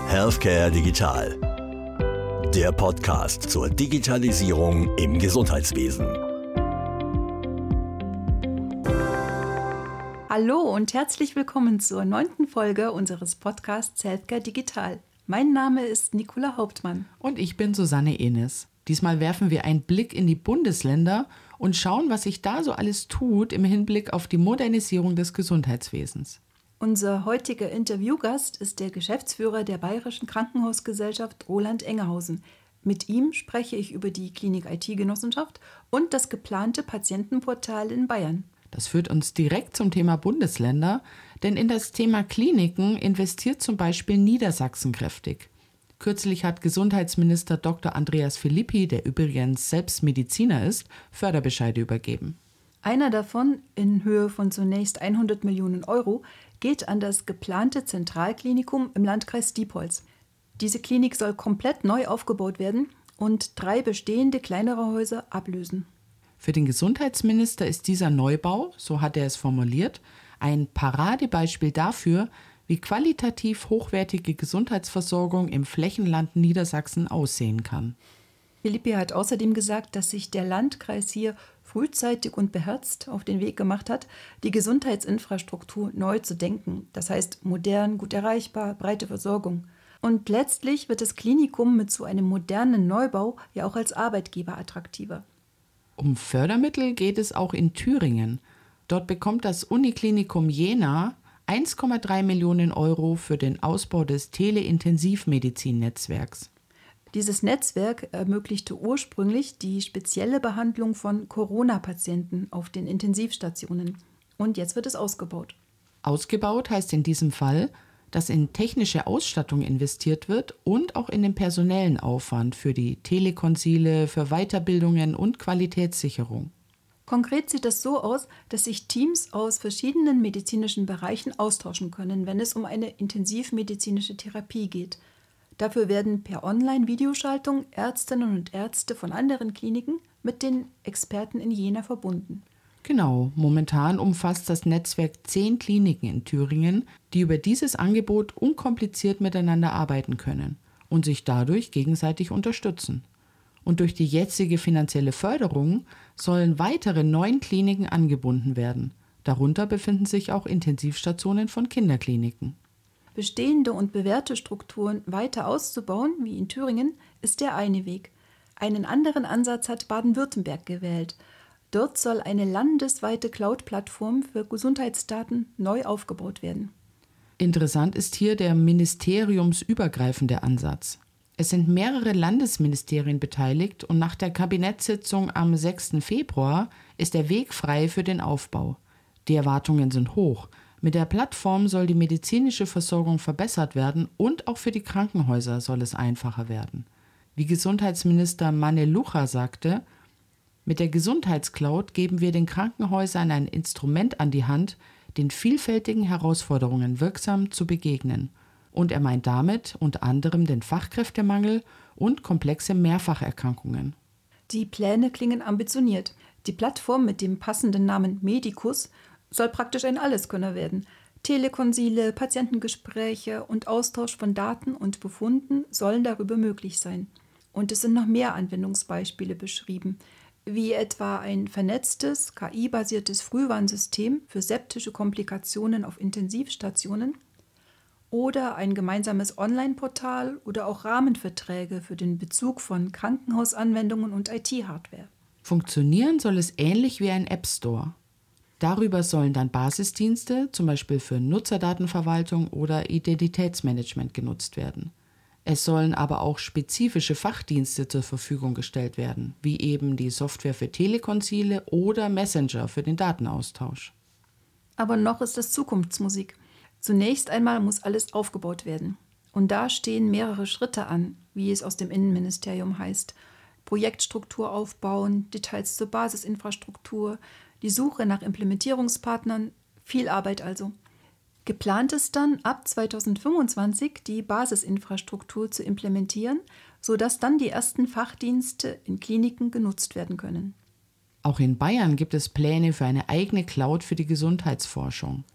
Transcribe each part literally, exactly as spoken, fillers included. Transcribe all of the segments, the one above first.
Healthcare Digital, der Podcast zur Digitalisierung im Gesundheitswesen. Hallo und herzlich willkommen zur neunten Folge unseres Podcasts Healthcare Digital. Mein Name ist Nicola Hauptmann. Und ich bin Susanne Enis. Diesmal werfen wir einen Blick in die Bundesländer und schauen, was sich da so alles tut im Hinblick auf die Modernisierung des Gesundheitswesens. Unser heutiger Interviewgast ist der Geschäftsführer der Bayerischen Krankenhausgesellschaft Roland Engerhausen. Mit ihm spreche ich über die Klinik-I T-Genossenschaft und das geplante Patientenportal in Bayern. Das führt uns direkt zum Thema Bundesländer, denn in das Thema Kliniken investiert zum Beispiel Niedersachsen kräftig. Kürzlich hat Gesundheitsminister Doktor Andreas Philippi, der übrigens selbst Mediziner ist, Förderbescheide übergeben. Einer davon, in Höhe von zunächst hundert Millionen Euro, geht an das geplante Zentralklinikum im Landkreis Diepholz. Diese Klinik soll komplett neu aufgebaut werden und drei bestehende kleinere Häuser ablösen. Für den Gesundheitsminister ist dieser Neubau, so hat er es formuliert, ein Paradebeispiel dafür, wie qualitativ hochwertige Gesundheitsversorgung im Flächenland Niedersachsen aussehen kann. Philippi hat außerdem gesagt, dass sich der Landkreis hier frühzeitig und beherzt auf den Weg gemacht hat, die Gesundheitsinfrastruktur neu zu denken. Das heißt modern, gut erreichbar, breite Versorgung. Und letztlich wird das Klinikum mit so einem modernen Neubau ja auch als Arbeitgeber attraktiver. Um Fördermittel geht es auch in Thüringen. Dort bekommt das Uniklinikum Jena eins Komma drei Millionen Euro für den Ausbau des Teleintensivmedizin-Netzwerks. Dieses Netzwerk ermöglichte ursprünglich die spezielle Behandlung von Corona-Patienten auf den Intensivstationen. Und jetzt wird es ausgebaut. Ausgebaut heißt in diesem Fall, dass in technische Ausstattung investiert wird und auch in den personellen Aufwand für die Telekonsile, für Weiterbildungen und Qualitätssicherung. Konkret sieht das so aus, dass sich Teams aus verschiedenen medizinischen Bereichen austauschen können, wenn es um eine intensivmedizinische Therapie geht. Dafür werden per Online-Videoschaltung Ärztinnen und Ärzte von anderen Kliniken mit den Experten in Jena verbunden. Genau, momentan umfasst das Netzwerk zehn Kliniken in Thüringen, die über dieses Angebot unkompliziert miteinander arbeiten können und sich dadurch gegenseitig unterstützen. Und durch die jetzige finanzielle Förderung sollen weitere neun Kliniken angebunden werden. Darunter befinden sich auch Intensivstationen von Kinderkliniken. Bestehende und bewährte Strukturen weiter auszubauen, wie in Thüringen, ist der eine Weg. Einen anderen Ansatz hat Baden-Württemberg gewählt. Dort soll eine landesweite Cloud-Plattform für Gesundheitsdaten neu aufgebaut werden. Interessant ist hier der ministeriumsübergreifende Ansatz. Es sind mehrere Landesministerien beteiligt und nach der Kabinettssitzung am sechsten Februar ist der Weg frei für den Aufbau. Die Erwartungen sind hoch. Mit der Plattform soll die medizinische Versorgung verbessert werden und auch für die Krankenhäuser soll es einfacher werden. Wie Gesundheitsminister Manelucha sagte, mit der Gesundheitscloud geben wir den Krankenhäusern ein Instrument an die Hand, den vielfältigen Herausforderungen wirksam zu begegnen. Und er meint damit unter anderem den Fachkräftemangel und komplexe Mehrfacherkrankungen. Die Pläne klingen ambitioniert. Die Plattform mit dem passenden Namen Medicus soll praktisch ein Alleskönner werden. Telekonsile, Patientengespräche und Austausch von Daten und Befunden sollen darüber möglich sein. Und es sind noch mehr Anwendungsbeispiele beschrieben, wie etwa ein vernetztes, K I-basiertes Frühwarnsystem für septische Komplikationen auf Intensivstationen oder ein gemeinsames Online-Portal oder auch Rahmenverträge für den Bezug von Krankenhausanwendungen und I T-Hardware. Funktionieren soll es ähnlich wie ein App Store. Darüber sollen dann Basisdienste, zum Beispiel für Nutzerdatenverwaltung oder Identitätsmanagement genutzt werden. Es sollen aber auch spezifische Fachdienste zur Verfügung gestellt werden, wie eben die Software für Telekonsile oder Messenger für den Datenaustausch. Aber noch ist das Zukunftsmusik. Zunächst einmal muss alles aufgebaut werden. Und da stehen mehrere Schritte an, wie es aus dem Innenministerium heißt. Projektstruktur aufbauen, Details zur Basisinfrastruktur, die Suche nach Implementierungspartnern, viel Arbeit also. Geplant ist dann, ab zweitausendfünfundzwanzig die Basisinfrastruktur zu implementieren, sodass dann die ersten Fachdienste in Kliniken genutzt werden können. Auch in Bayern gibt es Pläne für eine eigene Cloud für die Gesundheitsforschung.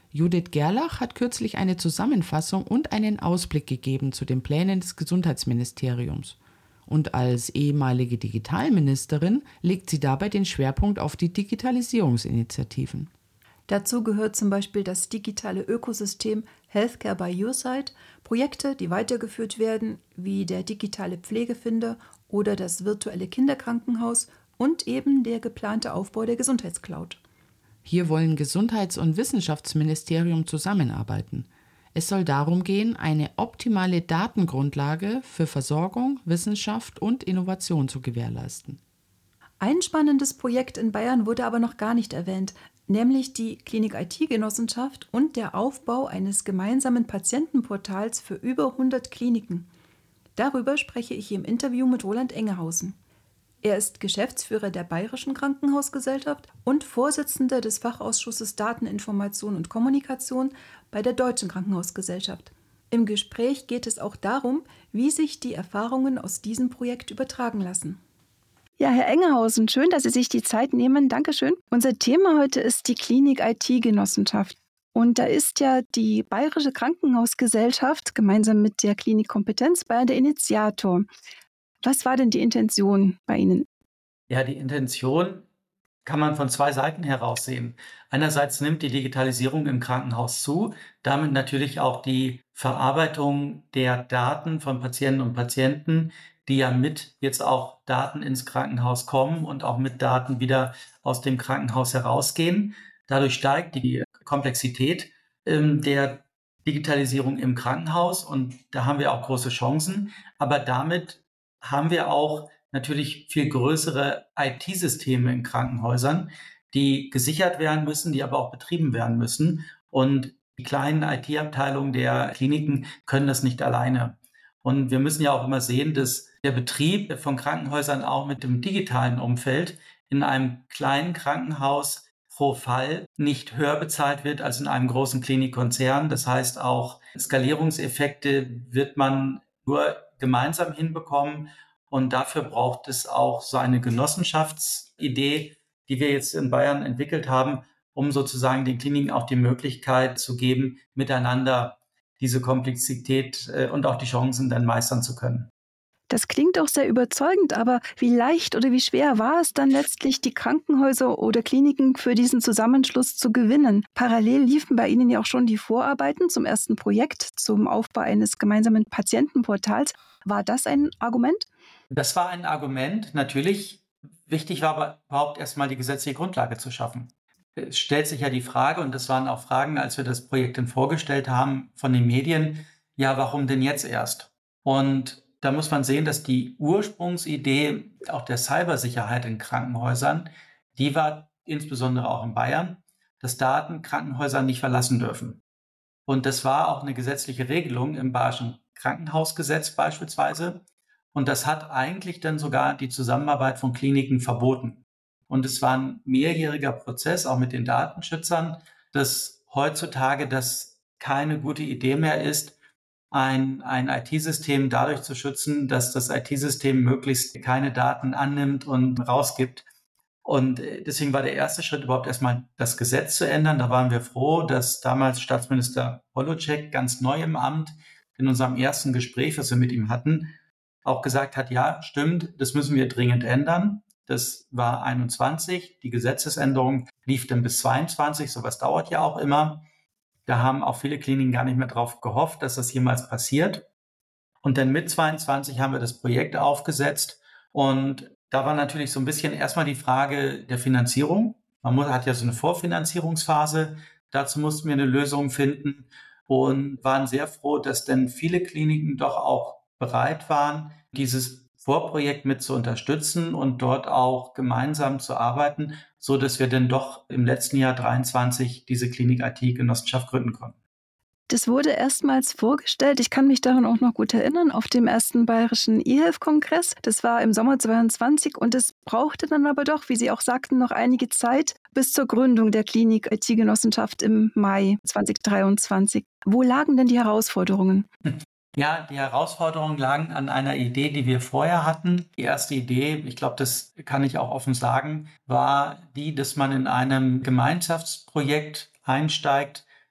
Judith Gerlach hat kürzlich eine Zusammenfassung und einen Ausblick gegeben zu den Plänen des Gesundheitsministeriums. Und als ehemalige Digitalministerin legt sie dabei den Schwerpunkt auf die Digitalisierungsinitiativen. Dazu gehört zum Beispiel das digitale Ökosystem Healthcare by Your Side, Projekte, die weitergeführt werden, wie der digitale Pflegefinder oder das virtuelle Kinderkrankenhaus und eben der geplante Aufbau der Gesundheitscloud. Hier wollen Gesundheits- und Wissenschaftsministerium zusammenarbeiten. Es soll darum gehen, eine optimale Datengrundlage für Versorgung, Wissenschaft und Innovation zu gewährleisten. Ein spannendes Projekt in Bayern wurde aber noch gar nicht erwähnt, nämlich die Klinik-I T-Genossenschaft und der Aufbau eines gemeinsamen Patientenportals für über hundert Kliniken. Darüber spreche ich im Interview mit Roland Engehausen. Er ist Geschäftsführer der Bayerischen Krankenhausgesellschaft und Vorsitzender des Fachausschusses Dateninformation und Kommunikation bei der Deutschen Krankenhausgesellschaft. Im Gespräch geht es auch darum, wie sich die Erfahrungen aus diesem Projekt übertragen lassen. Ja, Herr Engehausen, schön, dass Sie sich die Zeit nehmen. Dankeschön. Unser Thema heute ist die Klinik-I T-Genossenschaft. Und da ist ja die Bayerische Krankenhausgesellschaft gemeinsam mit der Klinik Kompetenz Bayern der Initiator. Was war denn die Intention bei Ihnen? Ja, die Intention kann man von zwei Seiten heraus sehen. Einerseits nimmt die Digitalisierung im Krankenhaus zu, damit natürlich auch die Verarbeitung der Daten von Patienten und Patienten, die ja mit jetzt auch Daten ins Krankenhaus kommen und auch mit Daten wieder aus dem Krankenhaus herausgehen. Dadurch steigt die Komplexität ähm, der Digitalisierung im Krankenhaus und da haben wir auch große Chancen. Aber damit haben wir auch natürlich viel größere I T-Systeme in Krankenhäusern, die gesichert werden müssen, die aber auch betrieben werden müssen. Und die kleinen I T-Abteilungen der Kliniken können das nicht alleine. Und wir müssen ja auch immer sehen, dass der Betrieb von Krankenhäusern auch mit dem digitalen Umfeld in einem kleinen Krankenhaus pro Fall nicht höher bezahlt wird als in einem großen Klinikkonzern. Das heißt, auch Skalierungseffekte wird man nur gemeinsam hinbekommen. Und dafür braucht es auch so eine Genossenschaftsidee, die wir jetzt in Bayern entwickelt haben, um sozusagen den Kliniken auch die Möglichkeit zu geben, miteinander diese Komplexität und auch die Chancen dann meistern zu können. Das klingt auch sehr überzeugend, aber wie leicht oder wie schwer war es dann letztlich, die Krankenhäuser oder Kliniken für diesen Zusammenschluss zu gewinnen? Parallel liefen bei Ihnen ja auch schon die Vorarbeiten zum ersten Projekt, zum Aufbau eines gemeinsamen Patientenportals. War das ein Argument? Das war ein Argument, natürlich. Wichtig war aber überhaupt erstmal die gesetzliche Grundlage zu schaffen. Es stellt sich ja die Frage, und das waren auch Fragen, als wir das Projekt dann vorgestellt haben von den Medien, ja, warum denn jetzt erst? Und da muss man sehen, dass die Ursprungsidee auch der Cybersicherheit in Krankenhäusern, die war insbesondere auch in Bayern, dass Daten Krankenhäuser nicht verlassen dürfen. Und das war auch eine gesetzliche Regelung im Bayerischen Krankenhausgesetz beispielsweise. Und das hat eigentlich dann sogar die Zusammenarbeit von Kliniken verboten. Und es war ein mehrjähriger Prozess, auch mit den Datenschützern, dass heutzutage das keine gute Idee mehr ist, ein, ein I T-System dadurch zu schützen, dass das I T-System möglichst keine Daten annimmt und rausgibt. Und deswegen war der erste Schritt überhaupt erstmal das Gesetz zu ändern. Da waren wir froh, dass damals Staatsminister Holacek ganz neu im Amt in unserem ersten Gespräch, was wir mit ihm hatten, auch gesagt hat, ja, stimmt, das müssen wir dringend ändern. Das war einundzwanzig. Die Gesetzesänderung lief dann bis zweiundzwanzig. Sowas dauert ja auch immer. Da haben auch viele Kliniken gar nicht mehr drauf gehofft, dass das jemals passiert. Und dann mit zweiundzwanzig haben wir das Projekt aufgesetzt. Und da war natürlich so ein bisschen erstmal die Frage der Finanzierung. Man muss, hat ja so eine Vorfinanzierungsphase. Dazu mussten wir eine Lösung finden und waren sehr froh, dass dann viele Kliniken doch auch bereit waren, dieses Vorprojekt mit zu unterstützen und dort auch gemeinsam zu arbeiten, so dass wir dann doch im letzten Jahr dreiundzwanzig diese Klinik-I T-Genossenschaft gründen konnten. Das wurde erstmals vorgestellt, ich kann mich daran auch noch gut erinnern, auf dem ersten Bayerischen E-Health-Kongress. Das war im Sommer zweiundzwanzig und es brauchte dann aber doch, wie Sie auch sagten, noch einige Zeit bis zur Gründung der Klinik-I T-Genossenschaft im Mai zweitausenddreiundzwanzig. Wo lagen denn die Herausforderungen? Ja, die Herausforderungen lagen an einer Idee, die wir vorher hatten. Die erste Idee, ich glaube, das kann ich auch offen sagen, war die, dass man in einem Gemeinschaftsprojekt einsteigt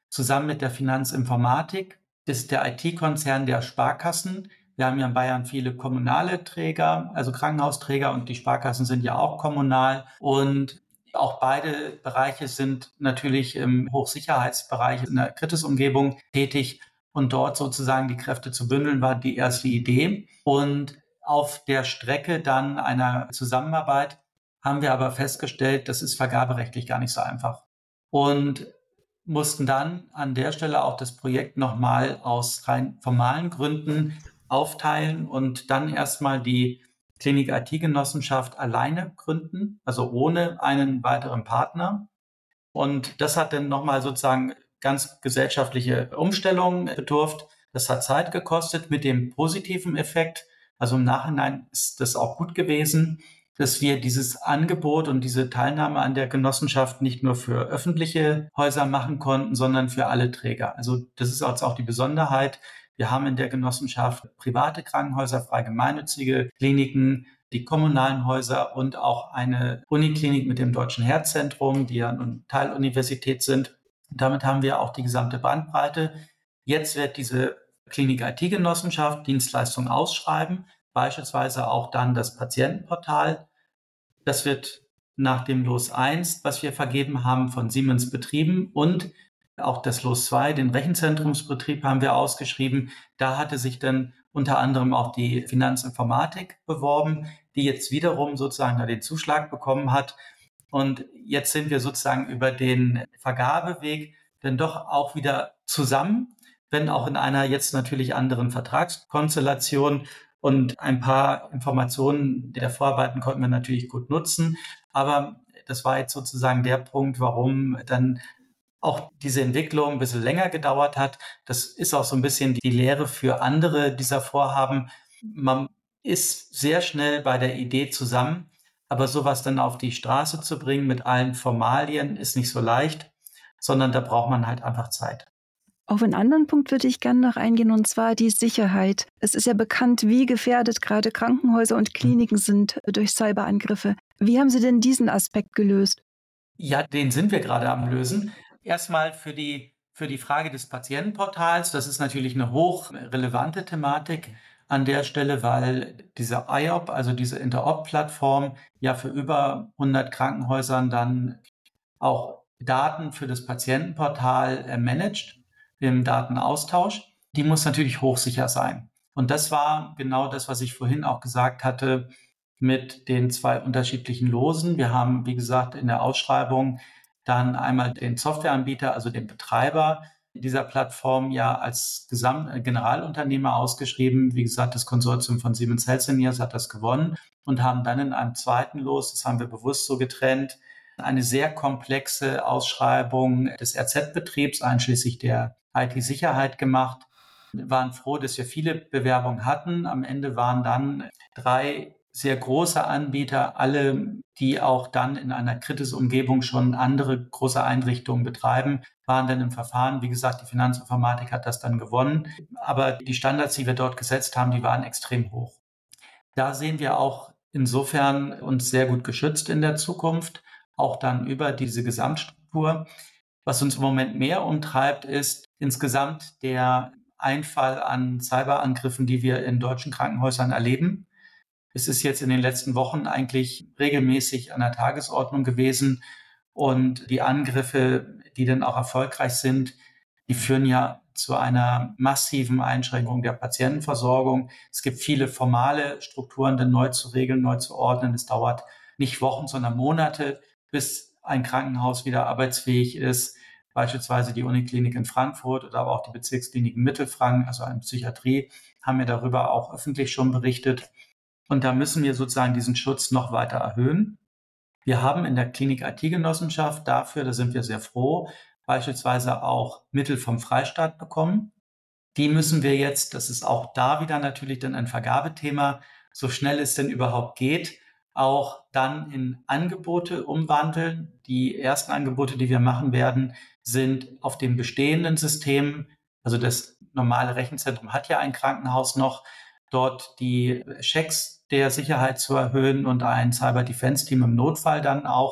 zusammen mit der Finanzinformatik. Das ist der I T-Konzern der Sparkassen. Wir haben ja in Bayern viele kommunale Träger, also Krankenhausträger, und die Sparkassen sind ja auch kommunal. Und auch beide Bereiche sind natürlich im Hochsicherheitsbereich in der Kritisumgebung tätig. Und dort sozusagen die Kräfte zu bündeln, war die erste Idee. Und auf der Strecke dann einer Zusammenarbeit haben wir aber festgestellt, das ist vergaberechtlich gar nicht so einfach. Und mussten dann an der Stelle auch das Projekt nochmal aus rein formalen Gründen aufteilen und dann erstmal die Klinik I T-Genossenschaft alleine gründen, also ohne einen weiteren Partner. Und das hat dann nochmal sozusagen ganz gesellschaftliche Umstellungen bedurft. Das hat Zeit gekostet mit dem positiven Effekt. Also im Nachhinein ist das auch gut gewesen, dass wir dieses Angebot und diese Teilnahme an der Genossenschaft nicht nur für öffentliche Häuser machen konnten, sondern für alle Träger. Also das ist auch die Besonderheit. Wir haben in der Genossenschaft private Krankenhäuser, frei gemeinnützige Kliniken, die kommunalen Häuser und auch eine Uniklinik mit dem Deutschen Herzzentrum, die ja eine Teiluniversität sind. Und damit haben wir auch die gesamte Bandbreite. Jetzt wird diese Klinik I T-Genossenschaft Dienstleistungen ausschreiben, beispielsweise auch dann das Patientenportal. Das wird nach dem Los eins, was wir vergeben haben, von Siemens betrieben, und auch das Los zwei, den Rechenzentrumsbetrieb, haben wir ausgeschrieben. Da hatte sich dann unter anderem auch die Finanzinformatik beworben, die jetzt wiederum sozusagen da den Zuschlag bekommen hat. Und jetzt sind wir sozusagen über den Vergabeweg dann doch auch wieder zusammen, wenn auch in einer jetzt natürlich anderen Vertragskonstellation. Und ein paar Informationen der Vorarbeiten konnten wir natürlich gut nutzen. Aber das war jetzt sozusagen der Punkt, warum dann auch diese Entwicklung ein bisschen länger gedauert hat. Das ist auch so ein bisschen die Lehre für andere dieser Vorhaben. Man ist sehr schnell bei der Idee zusammen, aber sowas dann auf die Straße zu bringen mit allen Formalien ist nicht so leicht, sondern da braucht man halt einfach Zeit. Auf einen anderen Punkt würde ich gerne noch eingehen, und zwar die Sicherheit. Es ist ja bekannt, wie gefährdet gerade Krankenhäuser und Kliniken sind durch Cyberangriffe. Wie haben Sie denn diesen Aspekt gelöst? Ja, den sind wir gerade am Lösen. Erstmal für die, für die Frage des Patientenportals. Das ist natürlich eine hochrelevante Thematik an der Stelle, weil diese I O P, also diese Interop-Plattform, ja für über hundert Krankenhäusern dann auch Daten für das Patientenportal äh, managt, im Datenaustausch. Die muss natürlich hochsicher sein. Und das war genau das, was ich vorhin auch gesagt hatte mit den zwei unterschiedlichen Losen. Wir haben, wie gesagt, in der Ausschreibung dann einmal den Softwareanbieter, also den Betreiber dieser Plattform, ja als Gesamt Generalunternehmer ausgeschrieben. Wie gesagt, das Konsortium von Siemens Healthineers hat das gewonnen, und haben dann in einem zweiten Los, das haben wir bewusst so getrennt, eine sehr komplexe Ausschreibung des R Z-Betriebs einschließlich der I T-Sicherheit gemacht. Wir waren froh, dass wir viele Bewerbungen hatten. Am Ende waren dann drei sehr große Anbieter, alle, die auch dann in einer kritischen Umgebung schon andere große Einrichtungen betreiben, waren dann im Verfahren. Wie gesagt, die Finanzinformatik hat das dann gewonnen. Aber die Standards, die wir dort gesetzt haben, die waren extrem hoch. Da sehen wir auch insofern uns sehr gut geschützt in der Zukunft, auch dann über diese Gesamtstruktur. Was uns im Moment mehr umtreibt, ist insgesamt der Einfall an Cyberangriffen, die wir in deutschen Krankenhäusern erleben. Es ist jetzt in den letzten Wochen eigentlich regelmäßig an der Tagesordnung gewesen. Und die Angriffe, die dann auch erfolgreich sind, die führen ja zu einer massiven Einschränkung der Patientenversorgung. Es gibt viele formale Strukturen, dann neu zu regeln, neu zu ordnen. Es dauert nicht Wochen, sondern Monate, bis ein Krankenhaus wieder arbeitsfähig ist. Beispielsweise die Uniklinik in Frankfurt oder aber auch die Bezirkskliniken Mittelfranken, also eine Psychiatrie, haben wir darüber auch öffentlich schon berichtet. Und da müssen wir sozusagen diesen Schutz noch weiter erhöhen. Wir haben in der Klinik I T-Genossenschaft dafür, da sind wir sehr froh, beispielsweise auch Mittel vom Freistaat bekommen. Die müssen wir jetzt, das ist auch da wieder natürlich dann ein Vergabethema, so schnell es denn überhaupt geht, auch dann in Angebote umwandeln. Die ersten Angebote, die wir machen werden, sind auf dem bestehenden System. Also das normale Rechenzentrum hat ja ein Krankenhaus noch, dort die Checks der Sicherheit zu erhöhen und ein Cyber-Defense-Team im Notfall dann auch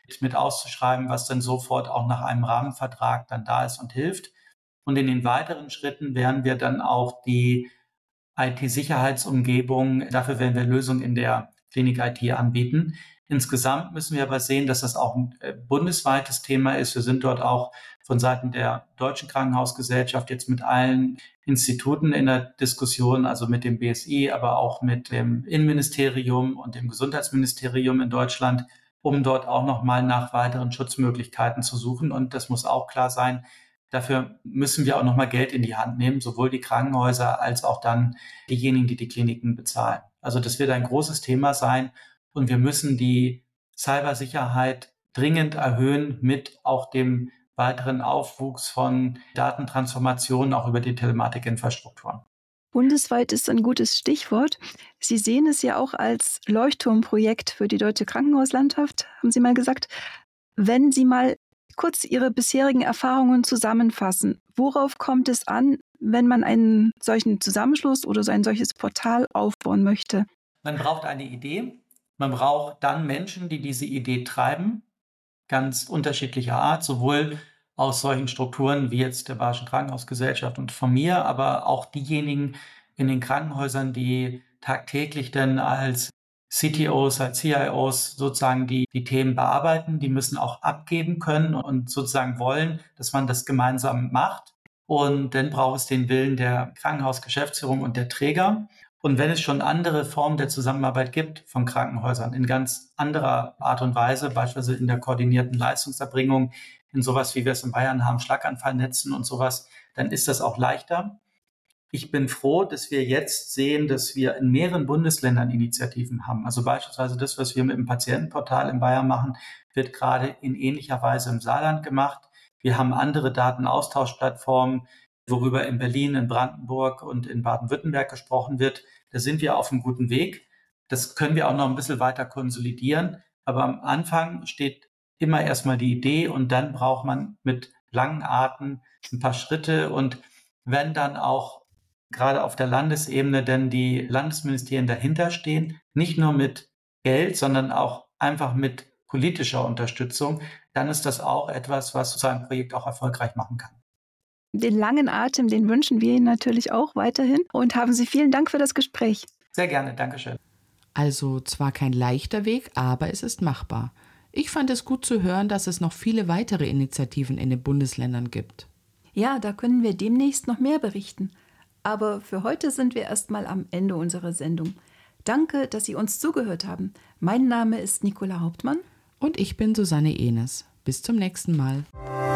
mit auszuschreiben, was dann sofort auch nach einem Rahmenvertrag dann da ist und hilft. Und in den weiteren Schritten werden wir dann auch die I T-Sicherheitsumgebung, dafür werden wir Lösungen in der Klinik-I T anbieten. Insgesamt müssen wir aber sehen, dass das auch ein bundesweites Thema ist. Wir sind dort auch von Seiten der Deutschen Krankenhausgesellschaft jetzt mit allen Instituten in der Diskussion, also mit dem B S I, aber auch mit dem Innenministerium und dem Gesundheitsministerium in Deutschland, um dort auch nochmal nach weiteren Schutzmöglichkeiten zu suchen. Und das muss auch klar sein, dafür müssen wir auch nochmal Geld in die Hand nehmen, sowohl die Krankenhäuser als auch dann diejenigen, die die Kliniken bezahlen. Also das wird ein großes Thema sein und wir müssen die Cybersicherheit dringend erhöhen mit auch dem weiteren Aufwuchs von Datentransformationen, auch über die Telematikinfrastrukturen. Bundesweit ist ein gutes Stichwort. Sie sehen es ja auch als Leuchtturmprojekt für die deutsche Krankenhauslandschaft, haben Sie mal gesagt. Wenn Sie mal kurz Ihre bisherigen Erfahrungen zusammenfassen, worauf kommt es an, wenn man einen solchen Zusammenschluss oder so ein solches Portal aufbauen möchte? Man braucht eine Idee. Man braucht dann Menschen, die diese Idee treiben, ganz unterschiedlicher Art, sowohl aus solchen Strukturen wie jetzt der Bayerischen Krankenhausgesellschaft und von mir, aber auch diejenigen in den Krankenhäusern, die tagtäglich dann als C T Os, als C I Os sozusagen die, die Themen bearbeiten, die müssen auch abgeben können und sozusagen wollen, dass man das gemeinsam macht. Und dann braucht es den Willen der Krankenhausgeschäftsführung und der Träger. Und wenn es schon andere Formen der Zusammenarbeit gibt von Krankenhäusern in ganz anderer Art und Weise, beispielsweise in der koordinierten Leistungserbringung, in sowas, wie wir es in Bayern haben, Schlaganfallnetzen und sowas, dann ist das auch leichter. Ich bin froh, dass wir jetzt sehen, dass wir in mehreren Bundesländern Initiativen haben. Also beispielsweise das, was wir mit dem Patientenportal in Bayern machen, wird gerade in ähnlicher Weise im Saarland gemacht. Wir haben andere Datenaustauschplattformen, worüber in Berlin, in Brandenburg und in Baden-Württemberg gesprochen wird. Da sind wir auf einem guten Weg. Das können wir auch noch ein bisschen weiter konsolidieren. Aber am Anfang steht immer erstmal die Idee und dann braucht man mit langen Atem ein paar Schritte. Und wenn dann auch gerade auf der Landesebene denn die Landesministerien dahinter stehen, nicht nur mit Geld, sondern auch einfach mit politischer Unterstützung, dann ist das auch etwas, was so ein Projekt auch erfolgreich machen kann. Den langen Atem, den wünschen wir Ihnen natürlich auch weiterhin und haben Sie vielen Dank für das Gespräch. Sehr gerne, Dankeschön. Also zwar kein leichter Weg, aber es ist machbar. Ich fand es gut zu hören, dass es noch viele weitere Initiativen in den Bundesländern gibt. Ja, da können wir demnächst noch mehr berichten. Aber für heute sind wir erstmal am Ende unserer Sendung. Danke, dass Sie uns zugehört haben. Mein Name ist Nicola Hauptmann. Und ich bin Susanne Ehnes. Bis zum nächsten Mal.